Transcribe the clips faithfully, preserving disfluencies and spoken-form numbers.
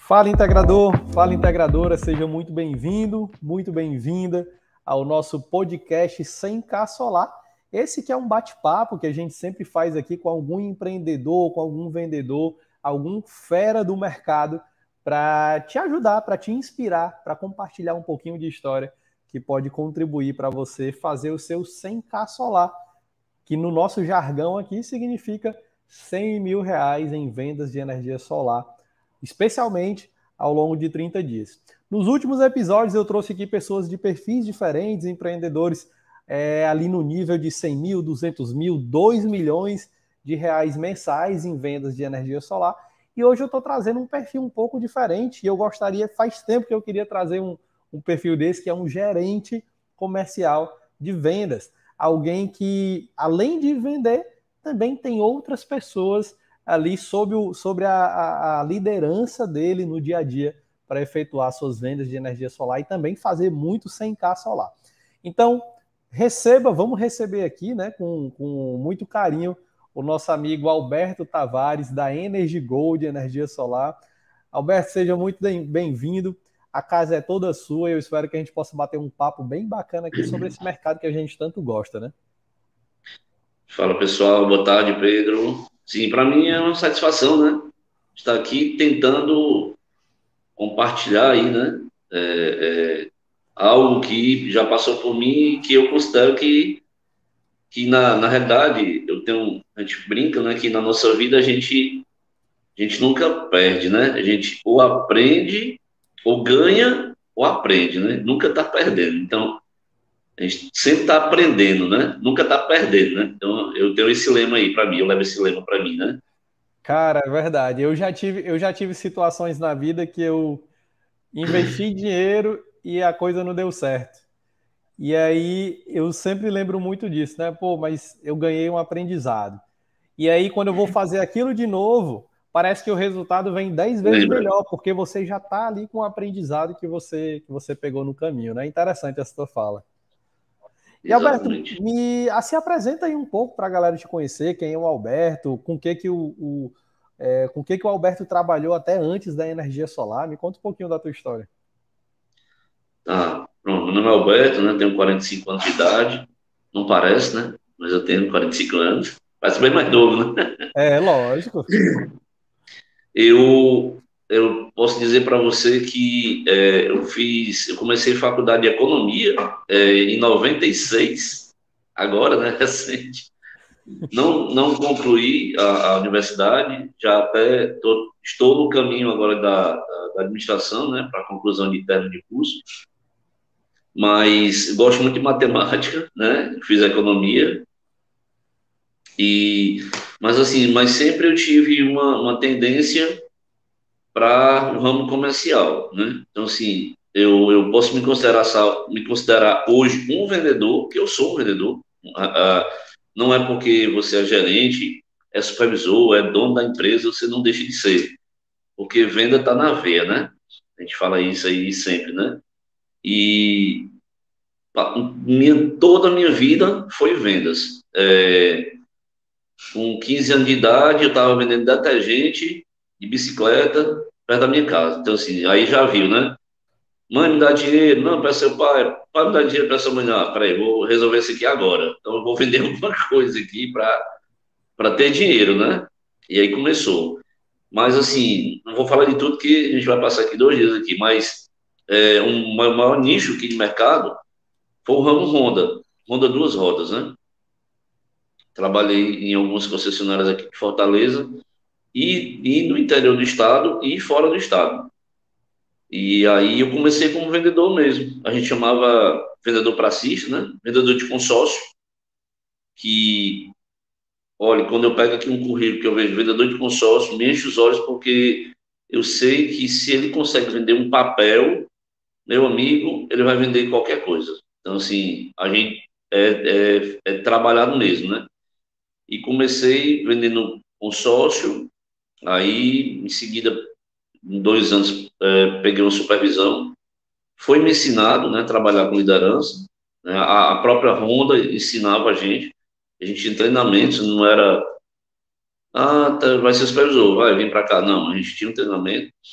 Fala integrador, fala integradora, seja muito bem-vindo, muito bem-vinda ao nosso podcast cem K Solar. Esse que é um bate-papo que a gente sempre faz aqui com algum empreendedor, com algum vendedor, algum fera do mercado para te ajudar, para te inspirar, para compartilhar um pouquinho de história que pode contribuir para você fazer o seu cem K Solar, que no nosso jargão aqui significa cem mil reais em vendas de energia solar, especialmente ao longo de trinta dias. Nos últimos episódios eu trouxe aqui pessoas de perfis diferentes, empreendedores é, ali no nível de cem mil, duzentos mil, dois milhões de reais mensais em vendas de energia solar. E hoje eu estou trazendo um perfil um pouco diferente e eu gostaria, faz tempo que eu queria trazer um, um perfil desse, que é um gerente comercial de vendas. Alguém que, além de vender, também tem outras pessoas ali sobre, o, sobre a, a, a liderança dele no dia a dia para efetuar suas vendas de energia solar e também fazer muito cem K solar. Então, receba, vamos receber aqui, né, com, com muito carinho, o nosso amigo Alberto Tavares, da Energy Gold Energia Solar. Alberto, seja muito bem-vindo. A casa é toda sua e eu espero que a gente possa bater um papo bem bacana aqui sobre esse mercado que a gente tanto gosta, né? Fala pessoal, boa tarde, Pedro. Sim, para mim é uma satisfação, né? Estar aqui tentando compartilhar aí, né? É, é, algo que já passou por mim e que eu considero que, que na, na realidade, eu tenho, a gente brinca, né? Que na nossa vida a gente, a gente nunca perde, né? A gente ou aprende, ou ganha, ou aprende, né? Nunca está perdendo. Então, a gente sempre está aprendendo, né? Nunca está perdendo, né? Então, eu tenho esse lema aí para mim, eu levo esse lema para mim, né? Cara, é verdade. Eu já tive, eu já tive situações na vida que eu investi dinheiro e a coisa não deu certo. E aí eu sempre lembro muito disso, né? Pô, mas eu ganhei um aprendizado. E aí quando eu vou fazer aquilo de novo, parece que o resultado vem dez vezes Lembra? melhor, porque você já está ali com o aprendizado que você que você pegou no caminho, né? Interessante essa tua fala. E Alberto, Exatamente. me ah, se apresenta aí um pouco para a galera te conhecer, quem é o Alberto, com que que o, o é, com que que o Alberto trabalhou até antes da energia solar. Me conta um pouquinho da tua história. Tá, pronto. Meu nome é Alberto, né? Tenho quarenta e cinco anos de idade. Não parece, né? Mas eu tenho quarenta e cinco anos. Parece bem mais novo, né? É, lógico. Eu, eu posso dizer para você que é, eu fiz, eu comecei faculdade de economia é, em noventa e seis, agora, né? Recente. Não, não concluí a, a universidade, já até tô, estou no caminho agora da, da, da administração, né? Para conclusão de término de curso. Mas gosto muito de matemática, né? Fiz economia e, mas assim, mas sempre eu tive uma, uma tendência para o ramo comercial, né? Então assim, eu, eu posso me considerar me considerar hoje um vendedor, que eu sou um vendedor. Ah, ah, não é porque você é gerente, é supervisor, é dono da empresa, você não deixa de ser, porque venda está na veia, né? A gente fala isso aí sempre, né? E minha, toda a minha vida foi vendas. É, com quinze anos de idade, eu estava vendendo detergente de bicicleta perto da minha casa. Então, assim, aí já viu, né? Mãe, me dá dinheiro. Não, para seu pai. Pai, me dá dinheiro para sua mãe. Não, peraí, vou resolver isso aqui agora. Então, eu vou vender alguma coisa aqui para para ter dinheiro, né? E aí começou. Mas, assim, não vou falar de tudo que a gente vai passar aqui dois dias aqui, mas é, um maior nicho aqui de mercado foi o ramo Honda. Honda duas rodas, né? Trabalhei em algumas concessionárias aqui de Fortaleza e, e no interior do estado e fora do estado. E aí eu comecei como vendedor mesmo. A gente chamava vendedor pracista, né? Vendedor de consórcio, que, olha, quando eu pego aqui um currículo que eu vejo vendedor de consórcio, me enche os olhos porque eu sei que se ele consegue vender um papel, meu amigo, ele vai vender qualquer coisa. Então, assim, a gente é, é, é trabalhado mesmo, né? E comecei vendendo consórcio. Aí, em seguida, em dois anos, eh, peguei uma supervisão. Foi me ensinado, né, trabalhar com liderança. Né, a, a própria Honda ensinava a gente. A gente tinha treinamentos, não era, ah, tá, vai ser supervisor, vai, vem para cá. Não, a gente tinha um treinamento.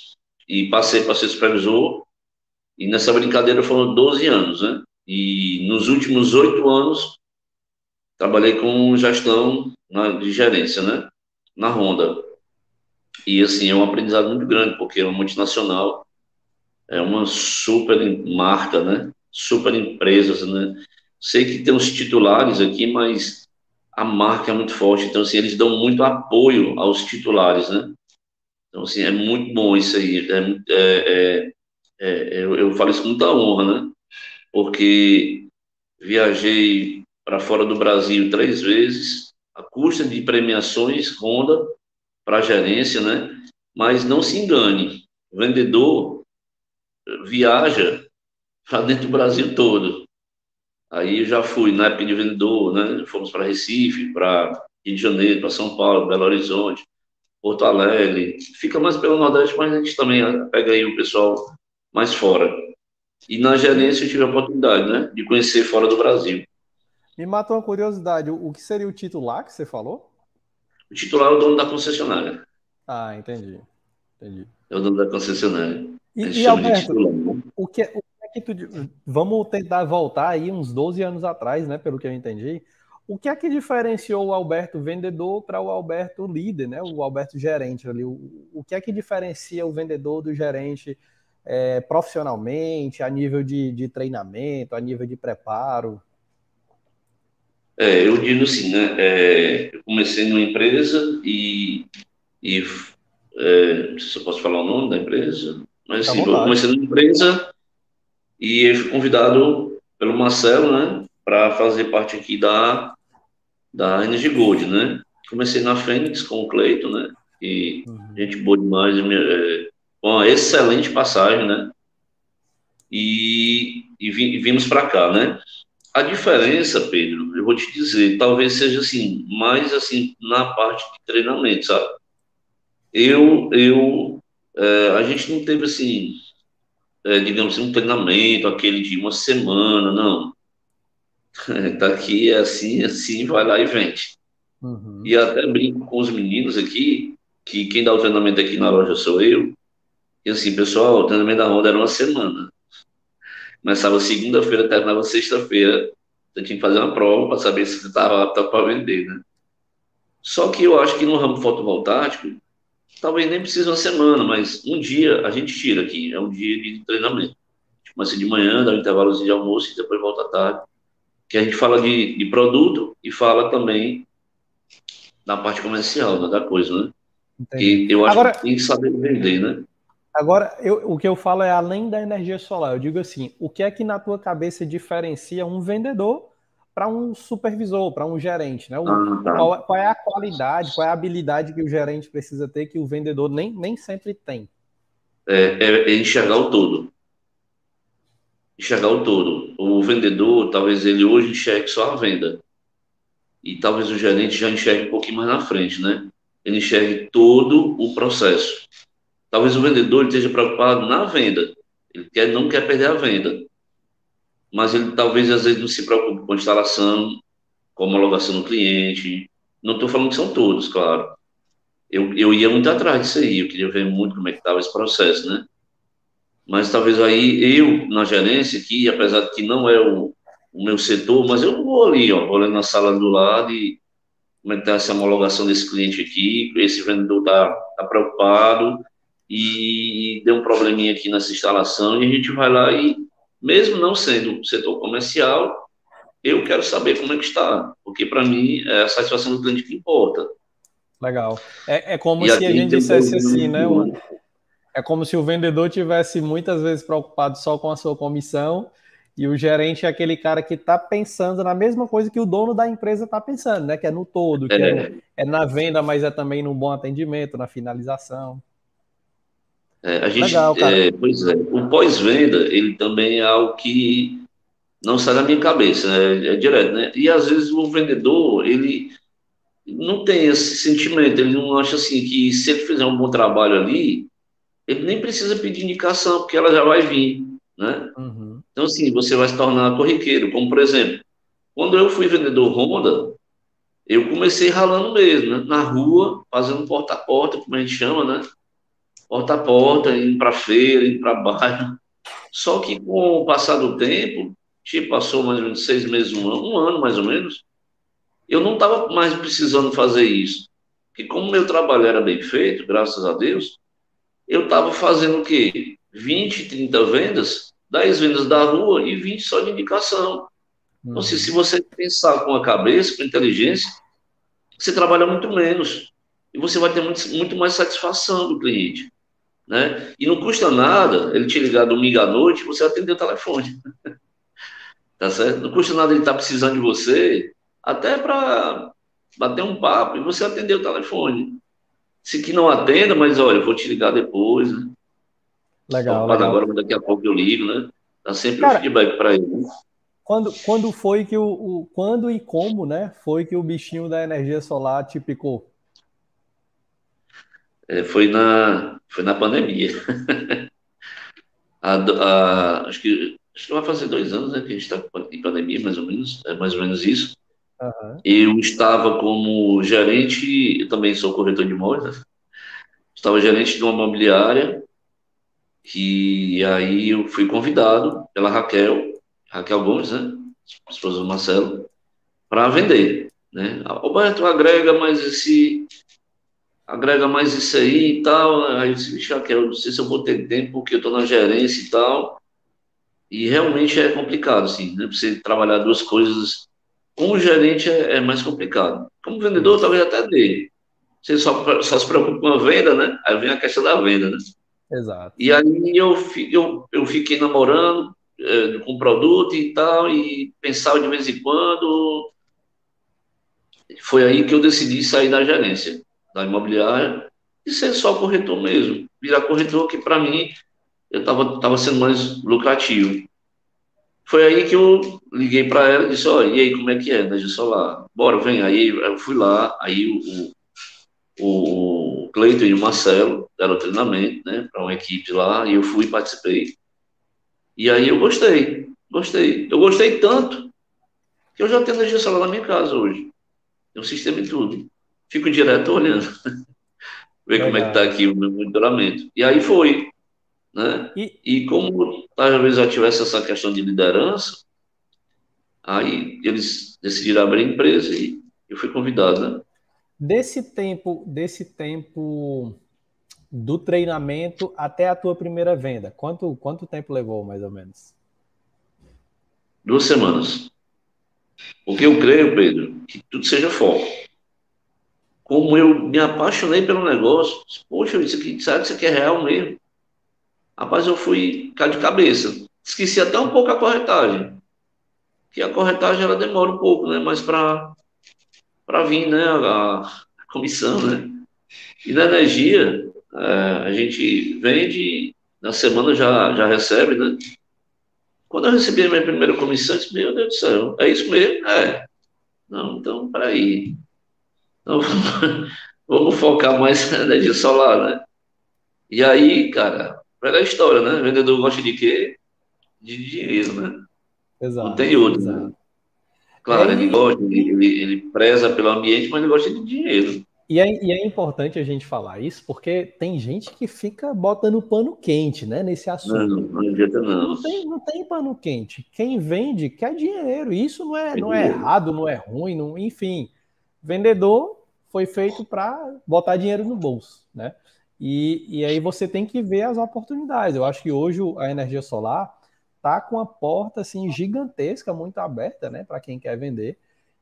e passei para ser supervisor, e nessa brincadeira foram doze anos, né? E nos últimos oito anos, trabalhei com gestão na, de gerência, né? Na Honda. E, assim, é um aprendizado muito grande, porque é uma multinacional, é uma super marca, né? Super empresas, né? Sei que tem os titulares aqui, mas a marca é muito forte, então, assim, eles dão muito apoio aos titulares, né? Então, assim, é muito bom isso aí. É, é, é, é, eu, eu falo isso com muita honra, né? Porque viajei para fora do Brasil três vezes, a custa de premiações Honda para gerência, né? Mas não se engane, o vendedor viaja para dentro do Brasil todo. Aí eu já fui na época de vendedor, né? Fomos para Recife, para Rio de Janeiro, para São Paulo, Belo Horizonte, Porto Alegre. Fica mais pelo Nordeste, mas a gente também pega aí o pessoal mais fora. E na Me, gerência eu tive a oportunidade, né? De conhecer fora do Brasil. me matou uma curiosidade. O, o que seria o titular que você falou? O titular é o dono da concessionária. Ah, entendi. Entendi. É o dono da concessionária. A gente E, e chama de Alberto, titular, né? o que, o que é que tu. Vamos tentar voltar aí uns doze anos atrás, né? Pelo que eu entendi. O que é que diferenciou o Alberto vendedor para o Alberto líder, né? O Alberto gerente ali. O, o que é que diferencia o vendedor do gerente é, profissionalmente, a nível de, de treinamento, a nível de preparo? É, eu digo assim, né? É, eu comecei numa empresa e, e é, não sei se eu posso falar o nome da empresa, mas Fica à assim, eu vontade. comecei numa empresa e eu fui convidado pelo Marcelo, né? Para fazer parte aqui da, da Energy Gold, né? Comecei na Fênix com o Cleiton, né? E Uhum. gente boa demais, é, uma excelente passagem, né? E, e, vi- e vimos para cá, né? A diferença, Pedro, eu vou te dizer, talvez seja assim, mais assim na parte de treinamento, sabe? Eu, eu, é, a gente não teve assim, é, digamos assim, um treinamento, aquele de uma semana, não. Daqui é assim, assim, vai lá e vende. Uhum. E até brinco com os meninos aqui, que quem dá o treinamento aqui na loja sou eu. E assim, pessoal, o treinamento da Honda era uma semana. Começava segunda-feira, terminava sexta-feira. Você tinha que fazer uma prova para saber se você estava apto para vender, né? Só que eu acho que no ramo fotovoltaico, talvez nem precise uma semana, mas um dia a gente tira aqui, é um dia de treinamento. Começa de manhã, dá um intervalo de almoço e depois volta à tarde. Que a gente fala de, de produto e fala também da parte comercial, né, da coisa, né? Entendi. Que eu acho que Agora, tem que saber vender, né? agora eu, o que eu falo é além da energia solar. Eu digo assim, o que é que na tua cabeça diferencia um vendedor para um supervisor, para um gerente, né? O, Ah, tá. qual, é- qual é a qualidade, qual é a habilidade que o gerente precisa ter que o vendedor nem, nem sempre tem? É, é, é enxergar o todo. Enxergar o todo. O vendedor, talvez ele hoje enxergue só a venda. E talvez o gerente já enxergue um pouquinho mais na frente, né? Ele enxergue todo o processo. Talvez o vendedor ele esteja preocupado na venda. Ele quer, não quer perder a venda. Mas ele talvez às vezes não se preocupe com a instalação, com a homologação do cliente. Não estou falando que são todos, claro. Eu, eu ia muito atrás disso aí. Eu queria ver muito como é que estava esse processo, né? Mas talvez aí eu, na gerência aqui, apesar de que não é o, o meu setor, mas eu vou ali, ó, vou ali na sala do lado e como é que está essa homologação desse cliente aqui, esse vendedor está tá preocupado e deu um probleminha aqui nessa instalação e a gente vai lá e, mesmo não sendo setor comercial, eu quero saber como é que está, porque para mim é a satisfação do cliente que importa. Legal. É, é como E se aqui a a gente gente tem um dissesse problema assim, muito né? O- grande. É como se o vendedor tivesse muitas vezes preocupado só com a sua comissão e o gerente é aquele cara que está pensando na mesma coisa que o dono da empresa está pensando, né? Que é no todo, que é, no, É, é na venda, mas é também no bom atendimento, na finalização. é, a gente, Legal, cara. é, pois é, o pós-venda, ele também é algo que não sai da minha cabeça, né? É direto, né? E às vezes o vendedor, ele não tem esse sentimento, ele não acha assim que se ele fizer um bom trabalho ali, ele nem precisa pedir indicação, porque ela já vai vir, né? Uhum. Então, assim, você vai se tornar corriqueiro, como por exemplo, quando eu fui vendedor Honda, eu comecei ralando mesmo, né? Na rua, fazendo porta a porta, como a gente chama, né? porta a porta, indo para feira, indo para bairro. Só que com o passar do tempo, tipo, passou mais ou menos seis meses, um ano, um ano mais ou menos, eu não estava mais precisando fazer isso. Porque como meu trabalho era bem feito, graças a Deus, eu estava fazendo o quê? Vinte, trinta vendas, dez vendas da rua e vinte só de indicação. Então, se, se Uhum. você pensar com a cabeça, com inteligência, você trabalha muito menos. E você vai ter muito, muito mais satisfação do cliente, né? E não custa nada ele te ligar domingo à noite e você atender o telefone, tá certo? Não custa nada ele estar precisando de você, até para bater um papo e você atender o telefone. Se que não atenda, mas olha, eu vou te ligar depois, né? Estou Legal, ocupado legal. agora, mas daqui a pouco eu ligo, né? Dá sempre o Cara, feedback para ele, né? quando, quando foi que o, o- quando e como, né, foi que o bichinho da energia solar te picou? É, foi na, foi na pandemia. A, a- acho que, acho que vai fazer dois anos, né, que a gente está em pandemia, mais ou menos, é mais ou menos isso. Aham. Eu estava como gerente, eu também sou corretor de imóveis, né? Estava gerente de uma imobiliária, e aí eu fui convidado pela Raquel, Raquel Gomes, né, esposa do Marcelo, para vender, né? Ah, Roberto, agrega mais esse, agrega mais isso aí e tal. Aí eu disse, "Vixe, Raquel, não sei se eu vou ter tempo, porque eu estou na gerência e tal." E realmente é complicado, assim, né? Você trabalhar duas coisas. Como gerente é, é mais complicado. Como vendedor, Isso. talvez até dê. Você só, só se preocupa com a venda, né? Aí vem a questão da venda, né? Exato. E aí eu, fi- eu, eu fiquei namorando é, com o produto e tal, e pensava de vez em quando. Foi aí que eu decidi sair da gerência da imobiliária e ser só corretor mesmo. Virar corretor, que para mim eu estava tava sendo mais lucrativo. Foi aí que eu liguei para ela e disse, olha, e aí como é que é, energia solar? Bora, vem. Aí eu fui lá, aí o, o, o Cleiton e o Marcelo deram treinamento, né, para uma equipe lá, e eu fui e participei. E aí eu gostei, gostei. Eu gostei tanto que eu já tenho energia solar na minha casa hoje. Tem um sistema e tudo. Fico direto olhando, ver como é que tá Legal. aqui o meu monitoramento. E aí foi, né? E E como talvez eu tivesse essa questão de liderança, aí eles decidiram abrir a empresa e eu fui convidado, né? desse tempo, desse tempo do treinamento até a tua primeira venda, quanto, quanto tempo levou, mais ou menos? Duas semanas. Porque eu creio, Pedro, que tudo seja foco. Como eu me apaixonei pelo negócio, poxa, isso aqui, sabe, isso aqui é real mesmo. Rapaz, eu fui cá de cabeça. Esqueci até um pouco a corretagem. Que a corretagem ela demora um pouco, né? Mas para para vir, né? A, a comissão, né? E na energia, é, a gente vende, na semana já, já recebe, né? Quando eu recebi a minha primeira comissão, eu disse, meu Deus do céu, é isso mesmo? É. Não, então, peraí. Então, vamos focar mais na energia solar, né? E aí, cara, velha história, né? Vendedor gosta de quê? De dinheiro, né? Não Exato, tem outro, né? exato. É, Claro, ele e, gosta, ele, e, ele, ele preza pelo ambiente, mas ele gosta de dinheiro. e, é, e é importante a gente falar isso, porque tem gente que fica botando pano quente, né, nesse Não, assunto. não adianta não. Não tem, não tem pano quente. Quem vende quer dinheiro. Isso não é, É não é dinheiro. errado, não é ruim, não, enfim. Vendedor foi feito para botar dinheiro no bolso, né? E, e aí você tem que ver as oportunidades. Eu acho que hoje a energia solar tá com a porta assim gigantesca, muito aberta, né, para quem quer vender.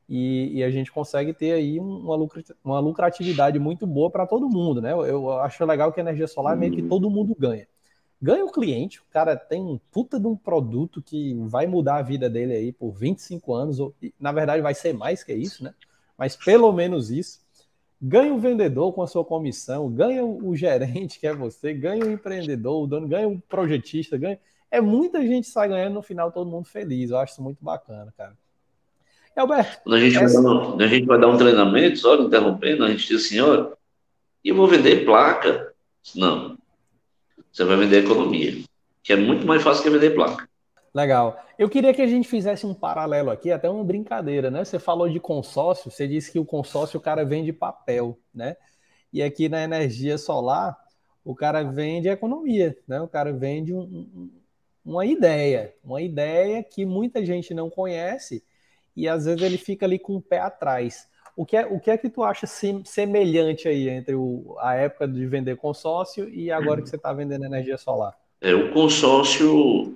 E, e a gente consegue ter aí uma, uma lucratividade muito boa para todo mundo, né? Eu, eu acho legal que a energia solar meio que Hum, todo mundo ganha. Ganha o cliente, o cara tem um puta de um produto que vai mudar a vida dele aí por vinte e cinco anos, ou, na verdade vai ser mais que isso, né? Mas pelo menos isso. Ganha o vendedor com a sua comissão, ganha o gerente, que é você, ganha o empreendedor, o dono, ganha o projetista, ganha. É muita gente sai ganhando no final, todo mundo feliz. Eu acho isso muito bacana, cara. E, Alberto, Quando a gente vai dar essa... um, quando a gente vai dar um treinamento, só interrompendo, a gente diz assim, olha, e eu vou vender placa. Não, você vai vender economia, que é muito mais fácil que vender placa. Legal. Eu queria que a gente fizesse um paralelo aqui, até uma brincadeira, né? Você falou de consórcio, você disse que o consórcio o cara vende papel, né? E aqui na energia solar, o cara vende economia, né? O cara vende um, um, uma ideia, uma ideia que muita gente não conhece e às vezes ele fica ali com o pé atrás. O que é, o que, é que tu acha semelhante aí entre o, a época de vender consórcio e agora que você está vendendo energia solar? É, o consórcio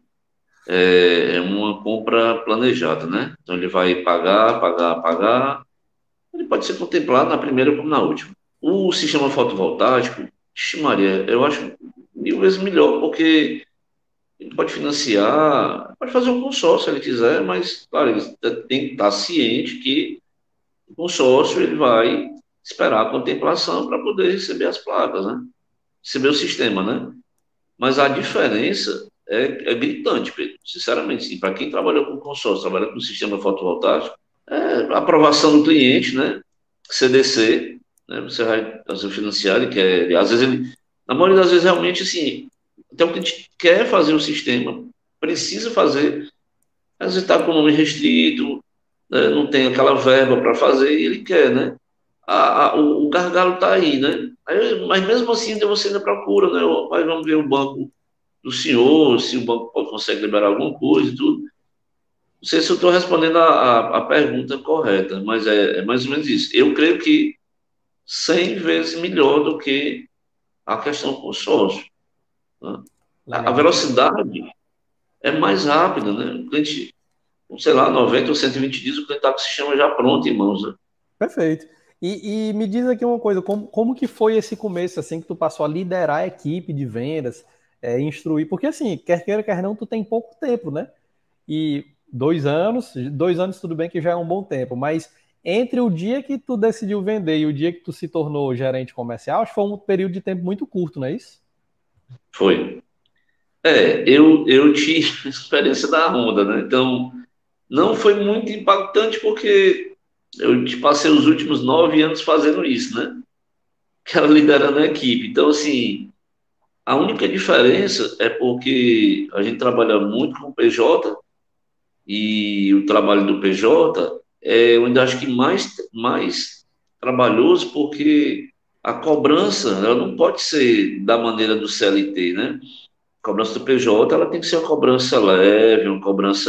é, é uma compra planejada, né? Então ele vai pagar, pagar, pagar. Ele pode ser contemplado na primeira como na última. O sistema fotovoltaico, ixi Maria, eu acho mil vezes melhor, porque ele pode financiar, pode fazer um consórcio se ele quiser, mas, claro, ele tem que estar ciente que o consórcio ele vai esperar a contemplação para poder receber as placas, né? Receber o sistema, né? Mas a diferença é, é gritante, Pedro. Sinceramente, sim. Para quem trabalhou com consórcio, trabalha com sistema fotovoltaico, é aprovação do cliente, né? C D C, né? Você vai fazer o financiário, que é, às vezes ele, na maioria das vezes, realmente, assim, até o cliente quer fazer o sistema, precisa fazer, às vezes está com o nome restrito, né? Não tem aquela verba para fazer e ele quer, né? A, a, o, o gargalo está aí, né? Aí, mas mesmo assim, ainda você ainda procura, né? Mas vamos ver o banco do senhor, se o banco pode- consegue liberar alguma coisa e tudo. Não sei se eu estou respondendo a, a, a pergunta correta, mas é, é mais ou menos isso. Eu creio que cem vezes melhor do que a questão com sócio, né? A, a Legal. velocidade é mais rápida, né? O cliente, sei lá, noventa ou cento e vinte dias, o cliente está com o sistema já pronto em mãos, né? Perfeito. E, e me diz aqui uma coisa, como, como que foi esse começo, assim, que tu passou a liderar a equipe de vendas, é, instruir? Porque, assim, quer queira, quer não, tu tem pouco tempo, né? E dois anos, dois anos tudo bem que já é um bom tempo, mas entre o dia que tu decidiu vender e o dia que tu se tornou gerente comercial, acho que foi um período de tempo muito curto, não é isso? Foi. É, eu, eu tive experiência da Honda, né? Então, não foi muito impactante porque eu te passei os últimos nove anos fazendo isso, né? Que era liderando a equipe. Então, assim, a única diferença é porque a gente trabalha muito com o P J e o trabalho do P J é, eu ainda acho que mais, mais trabalhoso porque a cobrança ela não pode ser da maneira do C L T, né? A cobrança do P J ela tem que ser uma cobrança leve, uma cobrança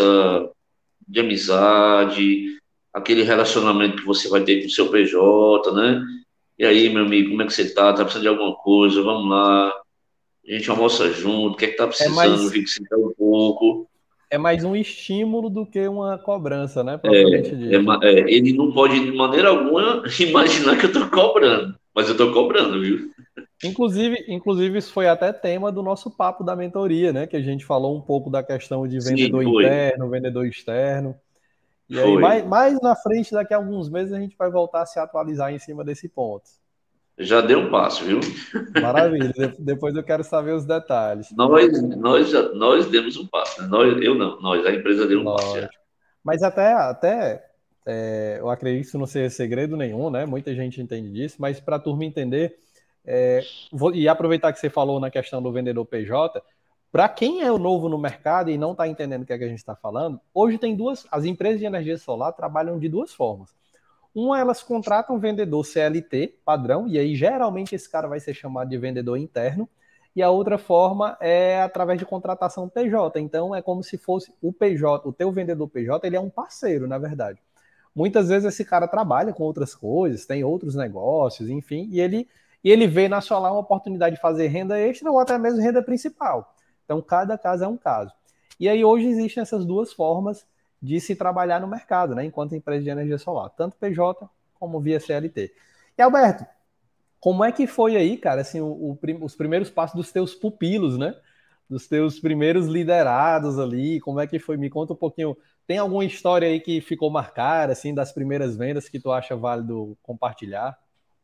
de amizade, aquele relacionamento que você vai ter com o seu P J, né? E aí, meu amigo, como é que você tá? Tá precisando de alguma coisa? Vamos lá. A gente almoça junto. O que é que tá É precisando? Eu mais, vi que você tá um pouco. é mais um estímulo do que uma cobrança, né? Propriamente É, é, dito. ma- é, ele não pode, de maneira alguma, imaginar que eu tô cobrando. Mas eu tô cobrando, viu? Inclusive, inclusive, isso foi até tema do nosso papo da mentoria, né? Que a gente falou um pouco da questão de Sim, vendedor foi. interno, vendedor externo. E aí, Foi. mais, mais na frente, daqui a alguns meses, a gente vai voltar a se atualizar em cima desse ponto. Já deu um passo, viu? Maravilha. De- depois eu quero saber os detalhes. Nós, nós, já, nós demos um passo, né? Nós, eu não, nós, a empresa deu um passo já. Lógico. Mas até, até é, eu acredito que isso não seja segredo nenhum, né? Muita gente entende disso, mas para a turma entender, é, vou, e aproveitar que você falou na questão do vendedor P J, para quem é o novo no mercado e não está entendendo o que, é que a gente está falando, hoje tem duas, as empresas de energia solar trabalham de duas formas. Uma, elas contratam um vendedor C L T padrão, e aí geralmente esse cara vai ser chamado de vendedor interno, e a outra forma é através de contratação P J. Então é como se fosse o P J, o teu vendedor P J, ele é um parceiro, na verdade. Muitas vezes esse cara trabalha com outras coisas, tem outros negócios, enfim, e ele, e ele vê na Solar uma oportunidade de fazer renda extra ou até mesmo renda principal. Então cada caso é um caso. E aí hoje existem essas duas formas de se trabalhar no mercado, né, enquanto empresa de energia solar, tanto P J como via C L T. E Alberto, como é que foi aí, cara, assim, o, o, os primeiros passos dos teus pupilos, né? Dos teus primeiros liderados ali, como é que foi? Me conta um pouquinho. Tem alguma história aí que ficou marcada, assim, das primeiras vendas que tu acha válido compartilhar?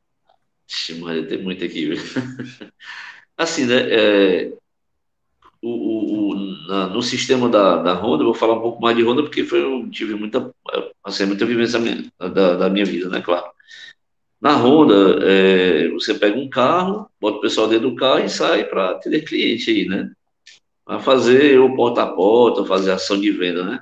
Ixi, Maria, tem muito aqui, viu? Assim, né? É, o, o, o- na- no sistema da, da Honda, eu vou falar um pouco mais de Honda porque foi, eu tive muita, assim, muita vivência minha- da, da minha vida, né? Claro. Na Honda, é, você pega um carro, bota o pessoal dentro do carro e sai para atender cliente aí, né? Para fazer o porta a porta, fazer ação de venda, né?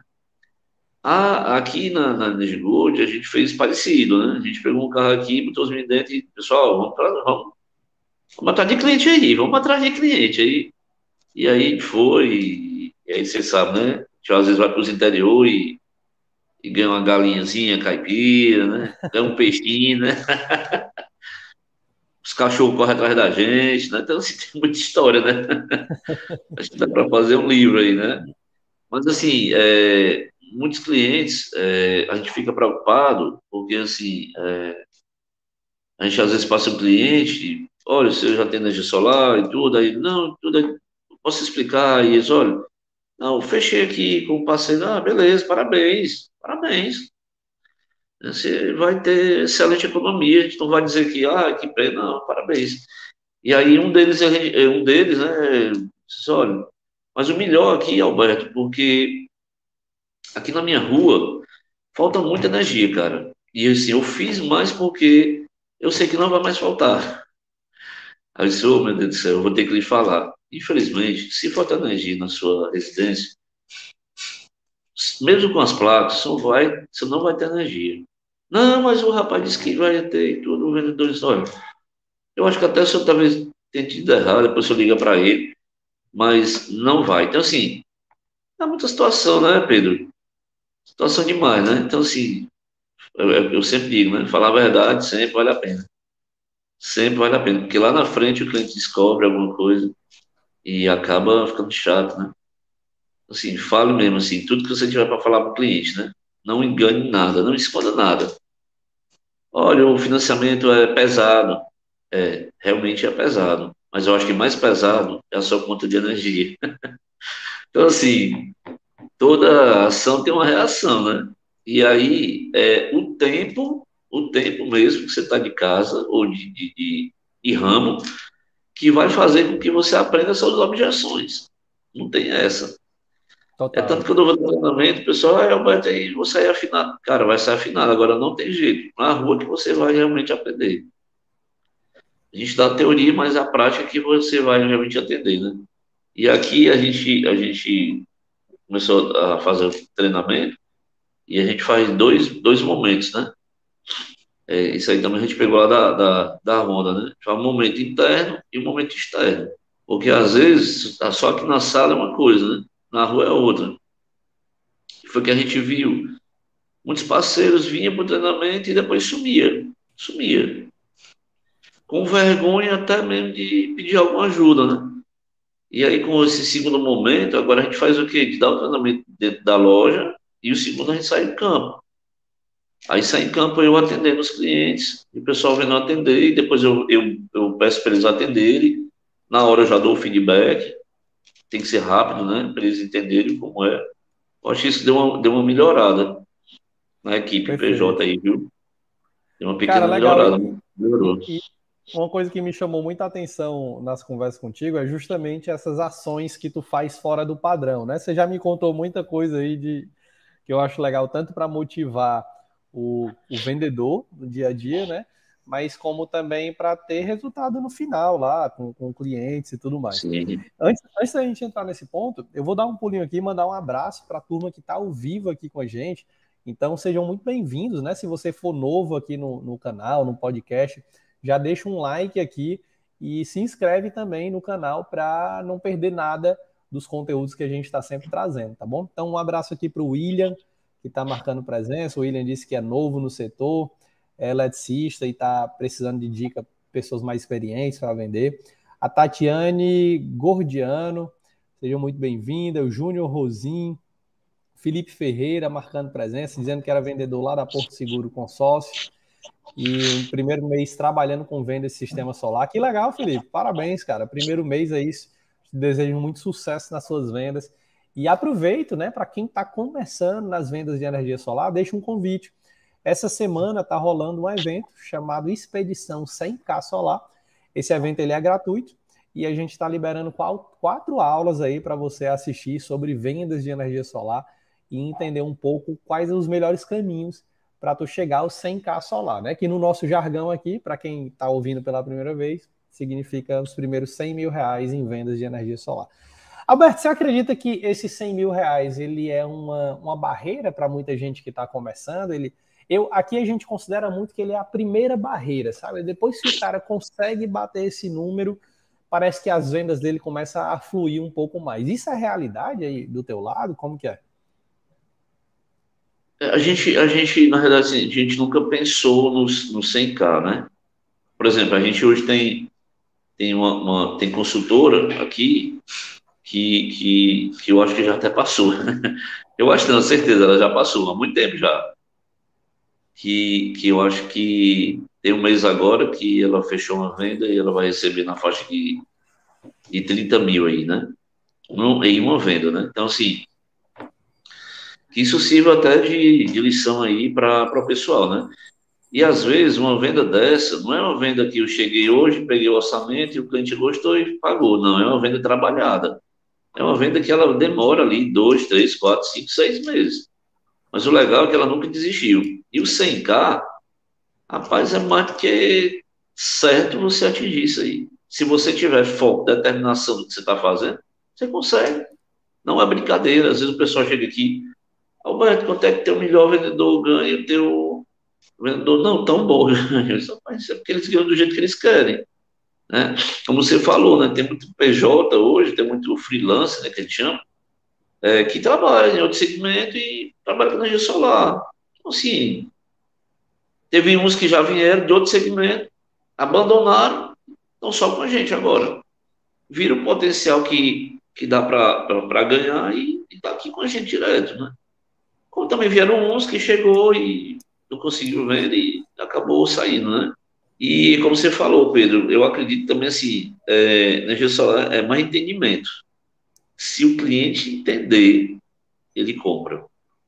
Ah, aqui na, na Energy Gold, a gente fez parecido, né? A gente pegou um carro aqui, botou os meninos dentro e, pessoal, vamos, pra, vamos. vamos atrás de cliente aí, vamos atrás de cliente aí. E aí foi, e, e aí você sabe, né? A gente às vezes vai para os interior e, e ganha uma galinhazinha caipira, né? Ganha um peixinho, né? Os cachorros correm atrás da gente, né? Então, assim, tem muita história, né? Acho que dá para fazer um livro aí, né? Mas, assim, é, muitos clientes, é, a gente fica preocupado, porque, assim, é, a gente às vezes passa um cliente, olha, você já tem energia solar e tudo, aí, não, tudo, aí, posso explicar? E eles, olha, não, fechei aqui com o parceiro, ah, beleza, parabéns, parabéns. Você vai ter excelente economia, a gente não vai dizer que, ah, que pena, não, parabéns. E aí um deles, é- é um deles, né, disse, olha, mas o melhor aqui, Alberto, porque aqui na minha rua falta muita energia, cara. E assim, eu fiz mais porque eu sei que não vai mais faltar. Aí eu disse, oh, meu Deus do céu, eu vou ter que lhe falar. Infelizmente, se faltar energia na sua residência, mesmo com as placas, só vai, você não vai ter energia. Não, mas o rapaz disse que vai ter e tudo, o vendedor disse, olha, eu acho que até o senhor talvez tenha entendido errado, depois o senhor liga para ele, mas não vai. Então, assim, é muita situação, né, Pedro? Situação demais, né? Então, assim, eu, eu eu sempre digo, né? Falar a verdade sempre vale a pena. Sempre vale a pena, porque lá na frente o cliente descobre alguma coisa e acaba ficando chato, né? Assim, fale mesmo, assim, tudo que você tiver para falar para o cliente, né? Não engane nada, não esconda nada. Olha, o financiamento é pesado. É, realmente é pesado. Mas eu acho que mais pesado é a sua conta de energia. Então, assim, toda ação tem uma reação, né? E aí, é, o tempo, o tempo mesmo que você está de casa ou de, de, de, de ramo, que vai fazer com que você aprenda suas objeções. Não tem essa. É tanto Total. que quando eu vou no treinamento, o pessoal, ah, Alberto, aí vou sair afinado. Cara, vai sair afinado, agora não tem jeito. Na rua que você vai realmente aprender. A gente dá a teoria, mas a prática é que você vai realmente atender, né? E aqui a gente, a gente começou a fazer o treinamento e a gente faz dois, dois momentos, né? É, isso aí também a gente pegou lá da, da, da Honda, né? Faz um momento interno e um momento externo. Porque às vezes, tá só aqui na sala é uma coisa, né? Na rua é outra. Foi que a gente viu. Muitos parceiros vinham para o treinamento e depois sumia. Sumia. Com vergonha até mesmo de pedir alguma ajuda, né? E aí, com esse segundo momento, agora a gente faz o quê? De dar o treinamento dentro da loja e o segundo a gente sai em campo. Aí sai em campo eu atendendo os clientes, e o pessoal vendo eu atender, e depois eu, eu, eu peço para eles atenderem. Na hora eu já dou o feedback, tem que ser rápido, né? Para eles entenderem como é. Eu acho que isso deu uma, deu uma melhorada na equipe P J Perfeito. aí, viu? Deu uma Cara, pequena legal. melhorada, E, melhorou. e uma coisa que me chamou muita atenção nas conversas contigo é justamente essas ações que tu faz fora do padrão, né? Você já me contou muita coisa aí de que eu acho legal, tanto para motivar o, o vendedor no dia a dia, né? Mas como também para ter resultado no final lá, com, com clientes e tudo mais. Sim, Antes, antes da gente entrar nesse ponto, eu vou dar um pulinho aqui e mandar um abraço para a turma que está ao vivo aqui com a gente. Então sejam muito bem-vindos, né? Se você for novo aqui no, no canal, no podcast, já deixa um like aqui e se inscreve também no canal para não perder nada dos conteúdos que a gente está sempre trazendo, tá bom? Então, um abraço aqui para o William, que está marcando presença. O William disse que é novo no setor, é eletricista e está precisando de dica, pessoas mais experientes para vender. A Tatiane Gordiano, seja muito bem-vinda. O Júnior Rosim, Felipe Ferreira marcando presença, dizendo que era vendedor lá da Porto Seguro Consórcio e o primeiro mês trabalhando com venda de sistema solar. Que legal, Felipe. Parabéns, cara. Primeiro mês é isso. Desejo muito sucesso nas suas vendas. E aproveito, né, para quem está começando nas vendas de energia solar, deixa um convite. Essa semana está rolando um evento chamado Expedição cem K Solar. Esse evento ele é gratuito e a gente está liberando quatro aulas aí para você assistir sobre vendas de energia solar e entender um pouco quais os melhores caminhos para tu chegar aos cem K solar, né? Que no nosso jargão aqui, para quem está ouvindo pela primeira vez, significa os primeiros cem mil reais em vendas de energia solar. Alberto, você acredita que esses cem mil reais ele é uma, uma barreira para muita gente que está começando? Ele, Eu, aqui a gente considera muito que ele é a primeira barreira, sabe? Depois que o cara consegue bater esse número, parece que as vendas dele começam a fluir um pouco mais. Isso é realidade aí do teu lado? Como que é? É, A gente, a gente, na realidade, assim, a gente nunca pensou nos, no cem k, né? Por exemplo, a gente hoje tem, tem uma, uma- tem consultora aqui que, que, que eu acho que já até passou. Eu acho, não, certeza, ela já passou há muito tempo já. Que, que eu acho que tem um mês agora que ela fechou uma venda e ela vai receber na faixa de, de trinta mil aí, né? Não, em uma venda, né? Então, assim, que isso sirva até de, de lição aí para o pessoal, né? E às vezes uma venda dessa não é uma venda que eu cheguei hoje, peguei o orçamento e o cliente gostou e pagou. Não, é uma venda trabalhada. É uma venda que ela demora ali dois, três, quatro, cinco, seis meses. Mas o legal é que ela nunca desistiu. E o cem k, rapaz, é mais do que certo você atingir isso aí. Se você tiver foco, determinação do que você está fazendo, você consegue. Não é brincadeira. Às vezes o pessoal chega aqui, Alberto, quanto é que teu melhor vendedor ganha? O teu vendedor não tão bom ganha. Eu disse, "Rapaz, é porque eles ganham do jeito que eles querem, né? Como você falou, né? Tem muito P J hoje, tem muito freelance, né, que a gente chama, é, que trabalha em outro segmento e trabalha com energia solar. Então, assim, teve uns que já vieram de outro segmento, abandonaram, estão só com a gente agora. Viram o potencial que, que dá para ganhar e está aqui com a gente direto, né? Como também vieram uns que chegou e não conseguiu vender e acabou saindo, né? E como você falou, Pedro, eu acredito também assim, é, energia solar é mais entendimento. Se o cliente entender, ele compra.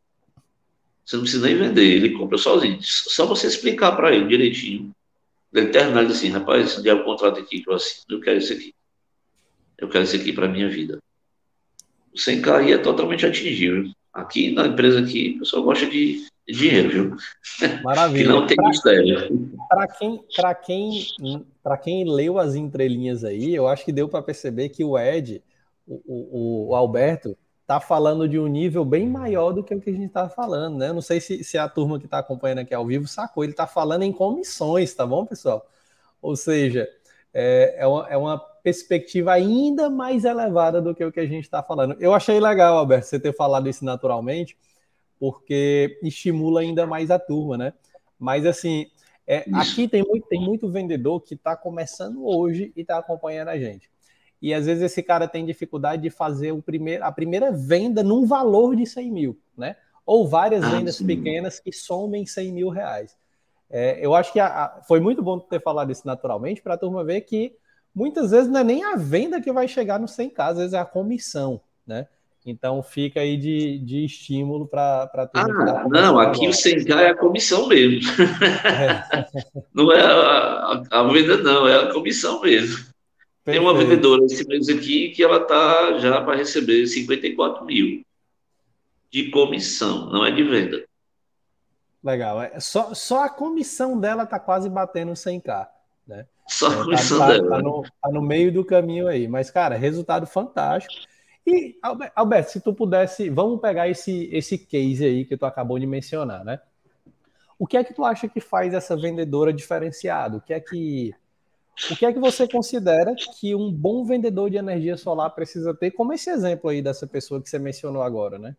Você não precisa nem vender, ele compra sozinho. Só você explicar para ele direitinho. Ele terminar ele assim, rapaz, esse diabo contrato aqui que eu assino, eu quero isso aqui. Eu quero isso aqui para minha vida. O cem k aí é totalmente atingível. Aqui na empresa aqui, o pessoal gosta de dinheiro, viu? Que Maravilha. não tem mistério. Para quem, para quem, para quem leu as entrelinhas aí, eu acho que deu para perceber que o Ed, o, o, o Alberto, tá falando de um nível bem maior do que o que a gente está falando, né? Eu não sei se, se a turma que está acompanhando aqui ao vivo sacou, ele está falando em comissões, tá bom, pessoal? Ou seja, é, é, uma, é uma perspectiva ainda mais elevada do que o que a gente está falando. Eu achei legal, Alberto, você ter falado isso naturalmente, porque estimula ainda mais a turma, né? Mas assim, é, aqui tem muito, tem muito vendedor que está começando hoje e está acompanhando a gente. E às vezes esse cara tem dificuldade de fazer o primeiro, a primeira venda num valor de cem mil, né? Ou várias Ah, vendas sim. pequenas que somem cem mil reais. É, eu acho que a, a, foi muito bom ter falado isso naturalmente para a turma ver que muitas vezes não é nem a venda que vai chegar no cem k, às vezes é a comissão, né? Então fica aí de, de estímulo para a Ah, turma que está não, começando aqui o agora. cem k é a comissão mesmo. É, Não é a, a, a venda, não, é a comissão mesmo. Tem uma perfeito. vendedora esse mês aqui que ela tá já para receber cinquenta e quatro mil de comissão, não é de venda. Legal. É, só, só a comissão dela está quase batendo cem k, né? Só a É, tá, comissão tá, dela. tá, no, tá no meio do caminho aí. Mas, cara, resultado fantástico. E, Alberto, se tu pudesse, vamos pegar esse, esse case aí que tu acabou de mencionar, né? O que é que tu acha que faz essa vendedora diferenciada? O que é que, o que é que você considera que um bom vendedor de energia solar precisa ter, como esse exemplo aí dessa pessoa que você mencionou agora, né?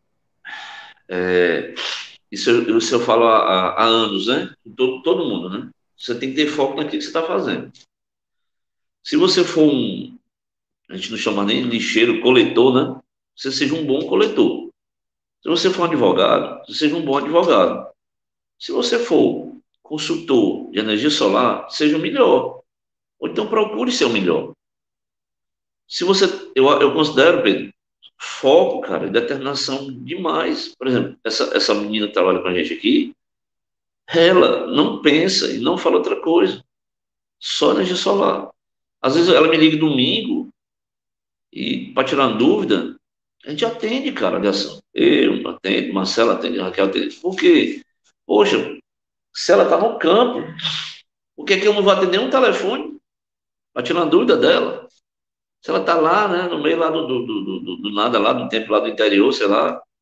É, isso, eu, isso eu falo há, há anos, né? Todo, todo mundo, né? Você tem que ter foco naquilo que você está fazendo. Se você for um, a gente não chama nem lixeiro, coletor, né? Você seja um bom coletor. Se você for um advogado, você seja um bom advogado. Se você for consultor de energia solar, seja o melhor. Ou então procure ser o melhor. Se você, eu, eu considero, Pedro, foco, cara, e determinação demais. Por exemplo, essa, essa menina que trabalha com a gente aqui, ela não pensa e não fala outra coisa, só energia solar. Às vezes ela me liga domingo e para tirar uma dúvida, a gente atende, cara, a ligação. Eu atendo, Marcela atende, Raquel atende. Por quê? Poxa, se ela está no campo, por que, que eu não vou atender um telefone para tirar uma dúvida dela? Se ela está lá, né, no meio lá do, do, do, do, do nada, lá do tempo lá do interior, sei lá,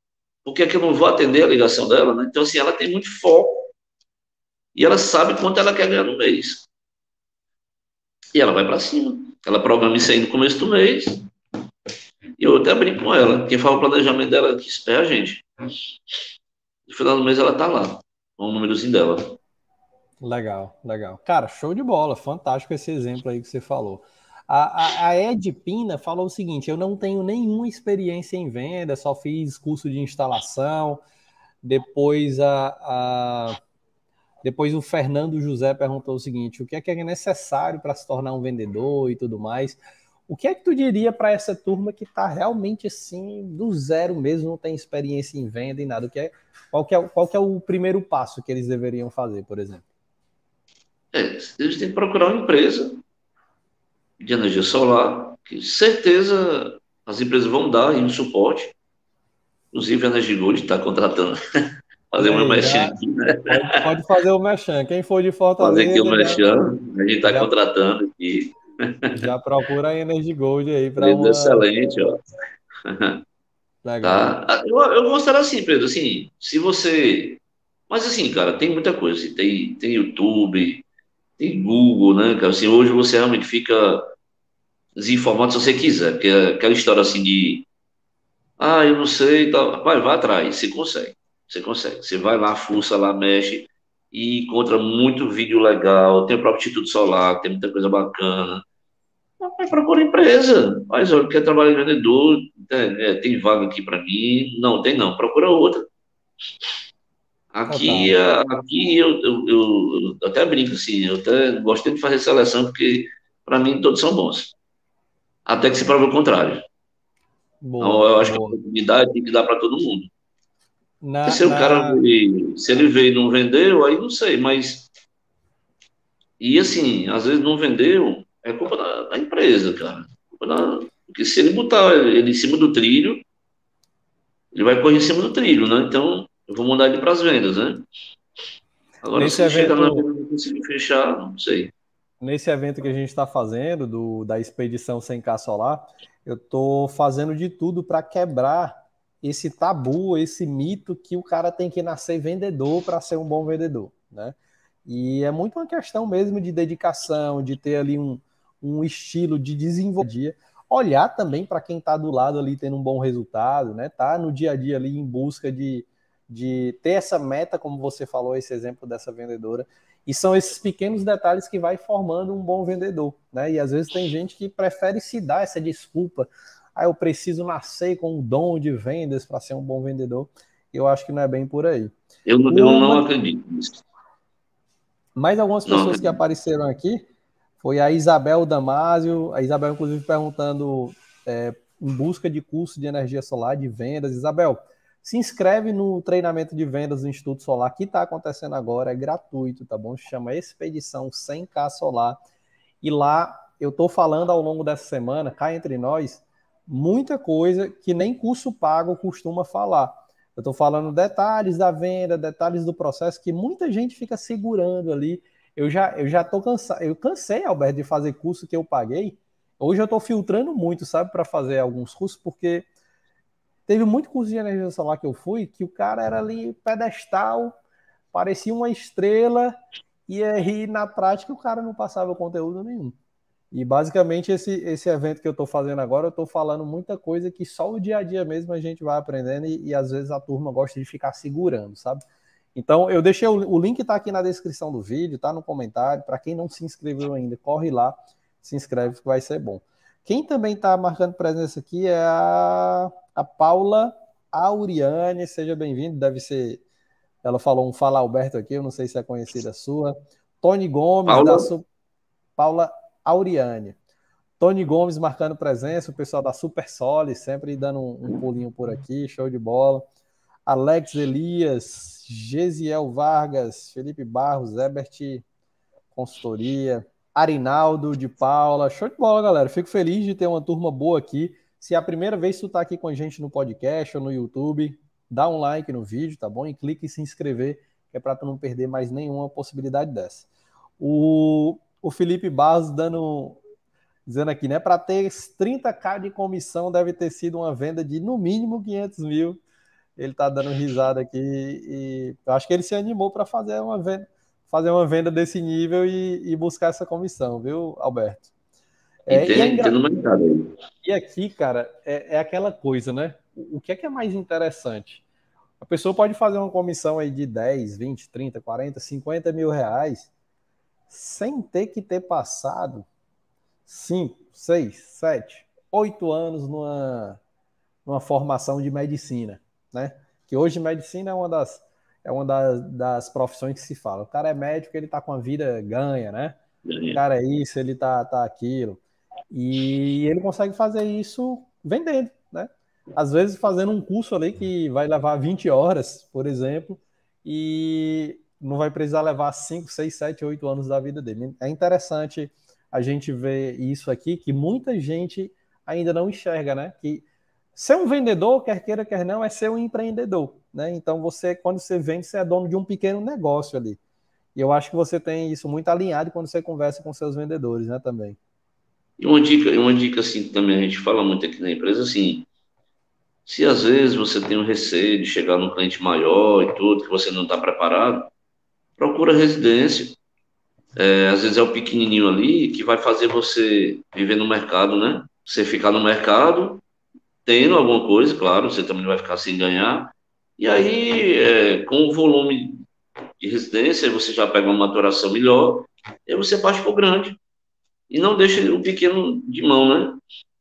Por que é que eu não vou atender a ligação dela, né? Então, assim, ela tem muito foco e ela sabe quanto ela quer ganhar no mês. E ela vai para cima. Ela programa isso aí no começo do mês. E eu até brinco com ela. Quem faz o planejamento dela aqui é a gente. No final do mês ela tá lá, com o númerozinho dela. Legal, legal. Cara, show de bola. Fantástico esse exemplo aí que você falou. A, a, a Ed Pina falou o seguinte: eu não tenho nenhuma experiência em venda, só fiz curso de instalação. Depois a, a depois o Fernando José perguntou o seguinte: o que é que é necessário para se tornar um vendedor e tudo mais? O que é que tu diria para essa turma que está realmente assim, do zero mesmo, não tem experiência em venda e nada? O que é, qual, que é, qual que é o primeiro passo que eles deveriam fazer, por exemplo? É, eles têm que procurar uma empresa de energia solar, que certeza as empresas vão dar aí um suporte. Inclusive a Energy Gold está contratando, fazer uma Ei, mexinha já aqui, né? pode, pode fazer o merchan. Quem for de Fazer aqui o Fortaleza já, mexão, a gente está já, contratando aqui. já procura a Energy Gold aí para Empresa uma. excelente, ó. Legal. Tá? Eu, eu considero assim, Pedro, assim, se você. Mas assim, cara, tem muita coisa. Assim, tem, tem YouTube, tem Google, né, cara? Assim, hoje você realmente fica desinformado se você quiser, porque é aquela história assim de, ah, eu não sei e tal. Vai, vai atrás, você consegue. Você consegue. Você vai lá, fuça lá, mexe e encontra muito vídeo legal. Tem o próprio Instituto Solar, tem muita coisa bacana. Mas procura empresa. Mas olha, quer trabalhar de vendedor, tem, é, tem vaga aqui para mim. Não, tem não. Procura outra. Aqui, Total. a- aqui eu, eu, eu- eu até brinco assim, eu até gostei de fazer seleção porque para mim todos são bons. Até que se prove o contrário. Então, Boa, eu acho que a boa. oportunidade tem que dar para todo mundo. Porque Na, se o cara na, veio, se ele veio e não vendeu, aí não sei, mas e assim, às vezes não vendeu, é culpa da, da empresa, cara. Culpa da- porque se ele botar ele em cima do trilho, ele vai correr em cima do trilho, né? Então, eu vou mandar ele para as vendas, né? Agora, nesse se chegar na venda evento. e não conseguir fechar, não sei. Nesse evento que a gente está fazendo, do, da Expedição cem K Solar, eu estou fazendo de tudo para quebrar esse tabu, esse mito que o cara tem que nascer vendedor para ser um bom vendedor, né? E é muito uma questão mesmo de dedicação, de ter ali um, um estilo de desenvolvimento, olhar também para quem está do lado ali tendo um bom resultado, né? Tá no dia a dia ali em busca de, de ter essa meta, como você falou, esse exemplo dessa vendedora. E são esses pequenos detalhes que vai formando um bom vendedor, né? E às vezes tem gente que prefere se dar essa desculpa. Ah, eu preciso nascer com o dom de vendas para ser um bom vendedor. Eu acho que não é bem por aí. Eu, não- eu não Uma, acredito nisso. mais algumas Não pessoas que acredito. apareceram aqui foi a Isabel Damasio, a Isabel inclusive perguntando é, em busca de curso de energia solar, de vendas. Isabel, se inscreve no treinamento de vendas do Instituto Solar que está acontecendo agora, é gratuito, tá bom? Se chama Expedição cem K Solar. E lá eu estou falando ao longo dessa semana, cá entre nós, muita coisa que nem curso pago costuma falar. Eu estou falando detalhes da venda, detalhes do processo que muita gente fica segurando ali. Eu já eu já tô cansado, eu cansei, Alberto, de fazer curso que eu paguei. Hoje eu estou filtrando muito, sabe, para fazer alguns cursos, porque teve muito curso de energia solar que eu fui que o cara era ali pedestal, parecia uma estrela, e aí na prática o cara não passava conteúdo nenhum. E basicamente esse, esse evento que eu estou fazendo agora, eu estou falando muita coisa que só o dia a dia mesmo a gente vai aprendendo e, e às vezes a turma gosta de ficar segurando, sabe? Então eu deixei o, o link está aqui na descrição do vídeo, tá no comentário. Para quem não se inscreveu ainda, corre lá, se inscreve que vai ser bom. Quem também está marcando presença aqui é a, a Paula Auriane, seja bem-vindo, deve ser. Ela falou um Fala Alberto aqui, eu não sei se é conhecida sua. Tony Gomes, da Paula, Su... Paula Auriane. Tony Gomes marcando presença, o pessoal da Super Soli sempre dando um, um pulinho por aqui, show de bola. Alex Elias, Gesiel Vargas, Felipe Barros, Ebert Consultoria, Arinaldo de Paula, show de bola, galera. Fico feliz de ter uma turma boa aqui. Se é a primeira vez que tu tá aqui com a gente no podcast ou no YouTube, dá um like no vídeo, tá bom? E clique em se inscrever, que é para tu não perder mais nenhuma possibilidade dessa. O, o Felipe Barros dando dizendo aqui, né? Para ter trinta k de comissão deve ter sido uma venda de no mínimo quinhentos mil. ele está dando risada aqui e eu acho que ele se animou para fazer uma venda, fazer uma venda desse nível e, e buscar essa comissão, viu, Alberto? E É, e, tem, tem ainda, no mercado aí. e aqui, cara, é, é aquela coisa, né? O, o que é que é mais interessante? A pessoa pode fazer uma comissão aí de dez, vinte, trinta, quarenta, cinquenta mil reais sem ter que ter passado cinco, seis, sete, oito anos numa, numa formação de medicina, né? Que hoje medicina é uma das, é uma das, das profissões que se fala. O cara é médico, ele tá com a vida ganha, né? O cara é isso, ele tá, tá aquilo. E ele consegue fazer isso vendendo, né? Às vezes fazendo um curso ali que vai levar vinte horas, por exemplo, e não vai precisar levar cinco, seis, sete, oito anos da vida dele. É interessante a gente ver isso aqui, que muita gente ainda não enxerga, né? Que ser um vendedor, quer queira, quer não, é ser um empreendedor, né? Então você, quando você vende, você é dono de um pequeno negócio ali. E eu acho que você tem isso muito alinhado quando você conversa com seus vendedores, né, também. E uma dica, uma dica assim que também a gente fala muito aqui na empresa, assim, se às vezes você tem um receio de chegar num cliente maior e tudo, que você não está preparado, procura residência. É, às vezes é o pequenininho ali que vai fazer você viver no mercado, né? Você ficar no mercado, tendo alguma coisa, claro, você também vai ficar sem ganhar. E aí, é, com o volume de residência, você já pega uma maturação melhor, e aí você parte para o grande. E não deixa o pequeno de mão, né?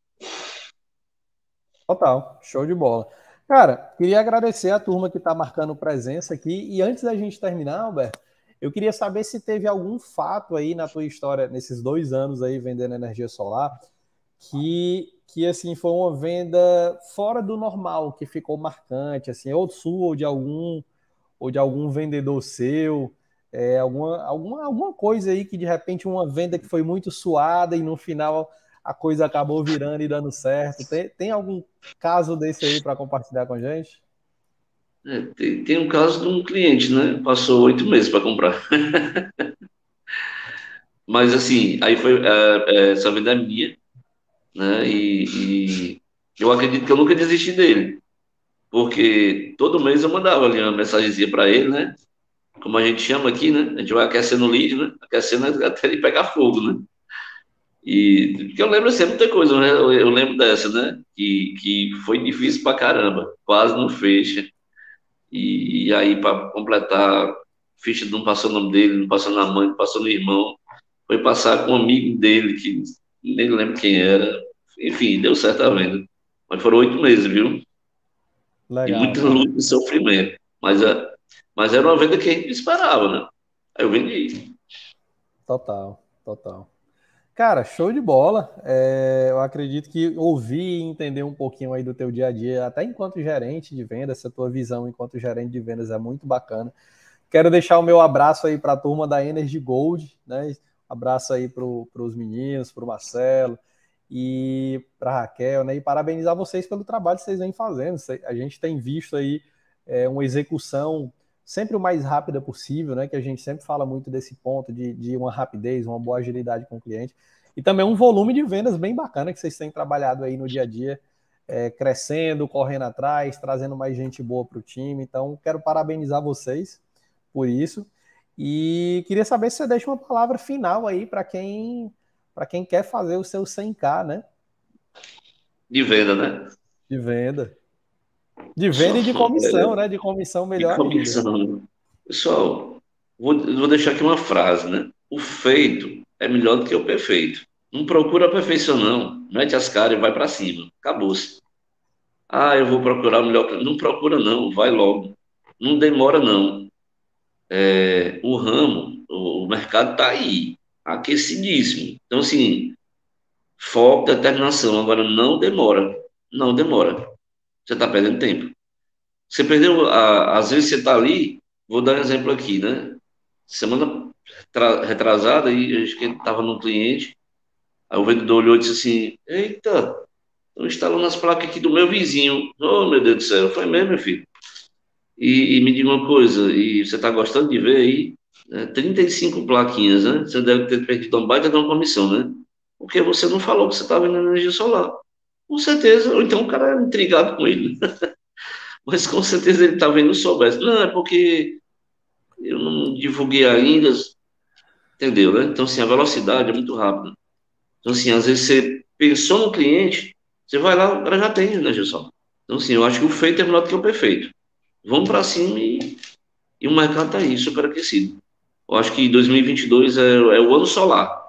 Total, show de bola. Cara, queria agradecer a turma que está marcando presença aqui. E antes da gente terminar, Alberto, eu queria saber se teve algum fato aí na tua história, nesses dois anos aí vendendo energia solar, que, que assim, foi uma venda fora do normal, que ficou marcante, assim, ou sua, ou de algum, ou de algum vendedor seu, é, alguma, alguma, alguma coisa aí que de repente uma venda que foi muito suada e no final a coisa acabou virando e dando certo. Tem, tem algum caso desse aí para compartilhar com a gente? É, tem, tem um caso de um cliente, né? Passou oito meses para comprar. Mas assim, aí foi é, é, essa venda é minha, né? E, e eu acredito que eu nunca desisti dele, porque todo mês eu mandava ali uma mensagenzinha para ele, né? Como a gente chama aqui, né? A gente vai aquecendo o lead, né? Aquecendo até ele pegar fogo, né? E porque eu lembro sempre muita coisa, né? Eu, eu lembro dessa, né? Que, que foi difícil pra caramba, quase não fecha. E, e aí, para completar, ficha não passou o nome dele, não passou na mãe, não passou no irmão. Foi passar com um amigo dele, que nem lembro quem era. Enfim, deu certo a venda. Mas foram oito meses, viu? E Legal, muita cara. luta e sofrimento. Mas, é, mas era uma venda que a gente esperava, né? Aí eu vendi. Total, total. Cara, show de bola. É, eu acredito que ouvir e entender um pouquinho aí do teu dia a dia, até enquanto gerente de vendas, essa tua visão enquanto gerente de vendas é muito bacana. Quero deixar o meu abraço aí para a turma da Energy Gold, né? Abraço aí para os meninos, para o Marcelo e para a Raquel, né? E parabenizar vocês pelo trabalho que vocês vêm fazendo. A gente tem visto aí é, uma execução sempre o mais rápida possível, né? Que a gente sempre fala muito desse ponto de, de uma rapidez, uma boa agilidade com o cliente. E também um volume de vendas bem bacana que vocês têm trabalhado aí no dia a dia, é, crescendo, correndo atrás, trazendo mais gente boa para o time. Então, quero parabenizar vocês por isso. E queria saber se você deixa uma palavra final aí para quem para quem quer fazer o seu cem K, né? De venda, né? De venda. De Só, venda e de comissão, né? De comissão de melhor ainda. comissão. Pessoal, vou, vou deixar aqui uma frase, né? O feito é melhor do que o perfeito. Não procura a perfeição, não. Mete as caras e vai para cima. Acabou-se. Ah, eu vou procurar o melhor. Não procura, não. Vai logo. Não demora, não. É, o ramo, o, o mercado está aí, aquecidíssimo. Então, assim, foco, determinação. Agora, não demora. Não demora. Você está perdendo tempo. Você perdeu, a, às vezes você está ali, vou dar um exemplo aqui, né? Semana tra- retrasada, e acho que ele estava num cliente, aí o vendedor olhou e disse assim: Eita, estão instalando as placas aqui do meu vizinho. Oh, meu Deus do céu, foi mesmo, meu filho. E, e me diga uma coisa, e você está gostando de ver aí? É, trinta e cinco plaquinhas, né? Você deve ter perdido uma baita de uma comissão, né? Porque você não falou que você estava vendendo energia solar. Com certeza, ou então o cara era intrigado com ele. Mas com certeza ele talvez não soubesse. Não, é porque eu não divulguei ainda, entendeu, né? Então, assim, a velocidade é muito rápida. Então, assim, às vezes você pensou no cliente, você vai lá, o cara já tem, né, Gilson? Então, assim, eu acho que o feito é melhor do que o perfeito. Vamos para cima e, e o mercado está aí, super aquecido. Eu acho que dois mil e vinte e dois é, é o ano solar.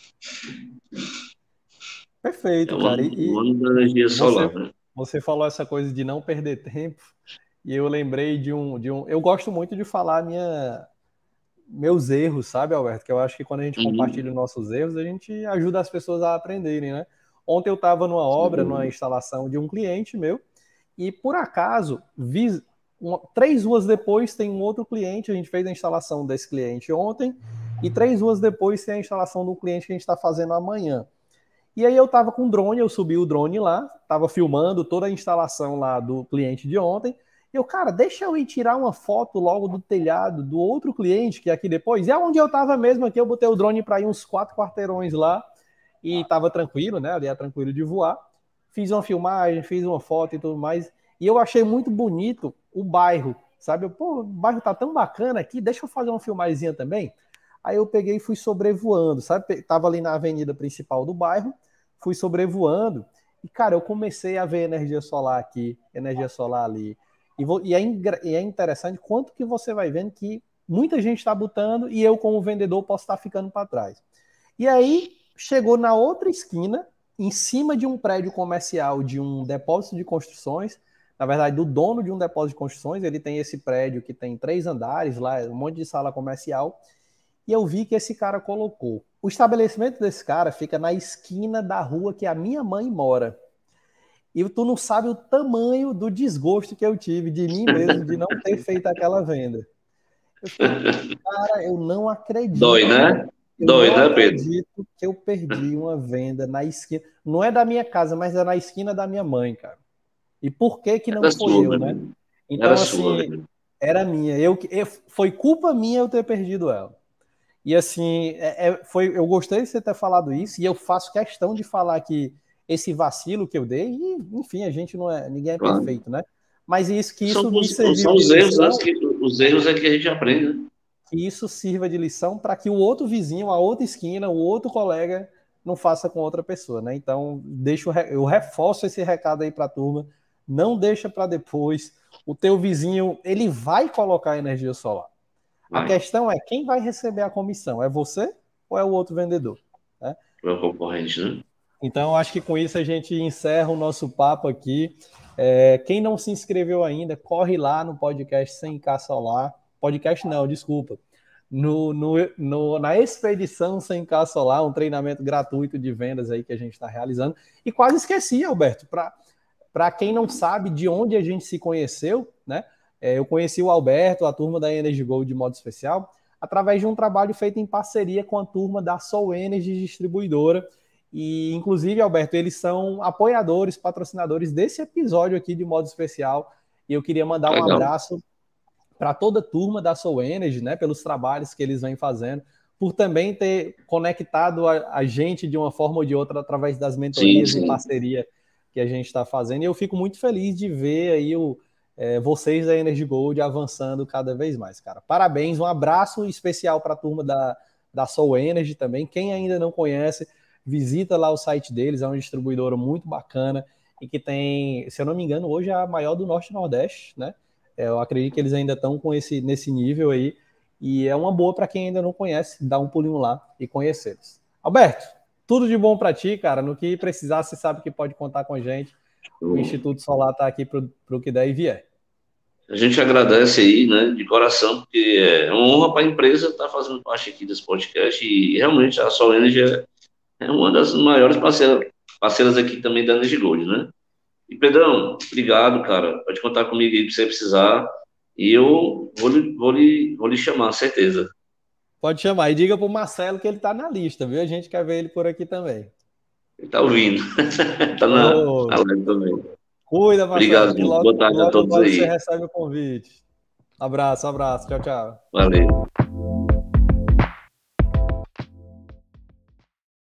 É Perfeito, o cara. ano, o E, ano da e energia solar, você, né? você falou essa coisa de não perder tempo, e eu lembrei de um, de um. Eu gosto muito de falar minha, meus erros, sabe, Alberto? Que eu acho que quando a gente compartilha Uhum. os nossos erros, a gente ajuda as pessoas a aprenderem, né? Ontem eu estava numa Sem obra, numa dúvida. instalação de um cliente meu, e por acaso, vi, uma, três ruas depois tem um outro cliente, a gente fez a instalação desse cliente ontem, e três ruas depois tem a instalação do cliente que a gente está fazendo amanhã. E aí eu estava com o drone, eu subi o drone lá, estava filmando toda a instalação lá do cliente de ontem. E eu, cara, deixa eu ir tirar uma foto logo do telhado do outro cliente que é aqui depois. E aonde eu estava mesmo aqui, eu botei o drone para ir uns quatro quarteirões lá e estava tranquilo, né? Ali é tranquilo de voar. Fiz uma filmagem, fiz uma foto e tudo mais. E eu achei muito bonito o bairro, sabe? Eu, Pô, o bairro tá tão bacana aqui, deixa eu fazer uma filmagemzinha também. Aí eu peguei e fui sobrevoando, sabe? Tava ali na avenida principal do bairro, fui sobrevoando. E, cara, eu comecei a ver energia solar aqui, energia solar ali. E, vou, e, é, e é interessante quanto que você vai vendo que muita gente está botando e eu, como vendedor, posso estar ficando para trás. E aí, chegou na outra esquina, em cima de um prédio comercial de um depósito de construções, na verdade, do dono de um depósito de construções, ele tem esse prédio que tem três andares lá, um monte de sala comercial, e eu vi que esse cara colocou. O estabelecimento desse cara fica na esquina da rua que a minha mãe mora. E tu não sabe o tamanho do desgosto que eu tive de mim mesmo de não ter feito aquela venda. Eu fiquei, cara, eu não Dói, acredito. né? Eu Dói, não né, Pedro? acredito que eu perdi uma venda na esquina. Não é da minha casa, mas é na esquina da minha mãe, cara. E por que que não Era foi sua, eu, meu né? irmão. Era Então, sua, assim, velho. era minha. Eu, eu, foi culpa minha eu ter perdido ela. E assim, é, é, foi, eu gostei de você ter falado isso, e eu faço questão de falar que esse vacilo que eu dei, e, enfim, a gente não é, ninguém é Claro. perfeito, né? Mas isso que São isso me os, serviu são de os erros, né? lição, Que, os erros é que a gente aprende, né? que isso sirva de lição para que o outro vizinho, a outra esquina, o outro colega não faça com outra pessoa, né? Então, deixo, eu reforço esse recado aí para a turma, não deixa para depois. O teu vizinho, ele vai colocar energia solar. A Vai, questão é quem vai receber a comissão, é você ou é o outro vendedor? Né? para o concorrente, né? Então, acho que com isso a gente encerra o nosso papo aqui. É, quem não se inscreveu ainda, corre lá no podcast cem K Solar. Podcast não, desculpa. No, no, no, na expedição cem K Solar, um treinamento gratuito de vendas aí que a gente está realizando. E quase esqueci, Alberto, para quem não sabe de onde a gente se conheceu, né? É, eu conheci o Alberto, a turma da Energy Gold de modo especial, através de um trabalho feito em parceria com a turma da Soul Energy Distribuidora. E, inclusive, Alberto, eles são apoiadores, patrocinadores desse episódio aqui de modo especial. E eu queria mandar um Legal. abraço para toda a turma da Soul Energy, né, pelos trabalhos que eles vêm fazendo, por também ter conectado a, a gente de uma forma ou de outra através das Sim, mentorias e sim. parceria que a gente está fazendo. E eu fico muito feliz de ver aí o, é, vocês da Energy Gold avançando cada vez mais, cara. Parabéns, um abraço especial para a turma da, da Soul Energy também. Quem ainda não conhece, visita lá o site deles, é uma distribuidora muito bacana e que tem, se eu não me engano, hoje é a maior do Norte e Nordeste, né? Eu acredito que eles ainda estão com esse, nesse nível aí. E é uma boa para quem ainda não conhece, dar um pulinho lá e conhecê-los. Alberto, tudo de bom para ti, cara. No que precisar, você sabe que pode contar com a gente. O Instituto Solar está aqui para o que der e vier. A gente agradece aí, né, de coração, porque é uma honra para a empresa estar fazendo parte aqui desse podcast e realmente a Sol Energy é é uma das maiores parceiras, parceiras aqui também da Energy Gold, né? E Pedrão, obrigado, cara. Pode contar comigo aí se você precisar. E eu vou lhe, vou lhe, vou lhe chamar, certeza. Pode chamar. E diga para o Marcelo que ele está na lista, viu? A gente quer ver ele por aqui também. Ele tá ouvindo. Tá na, Oh, na live também. cuida, Marcelo, Obrigado, que gente. logo, Boa tarde a logo, todos logo você aí. recebe o convite. Abraço, abraço. Tchau, tchau. Valeu.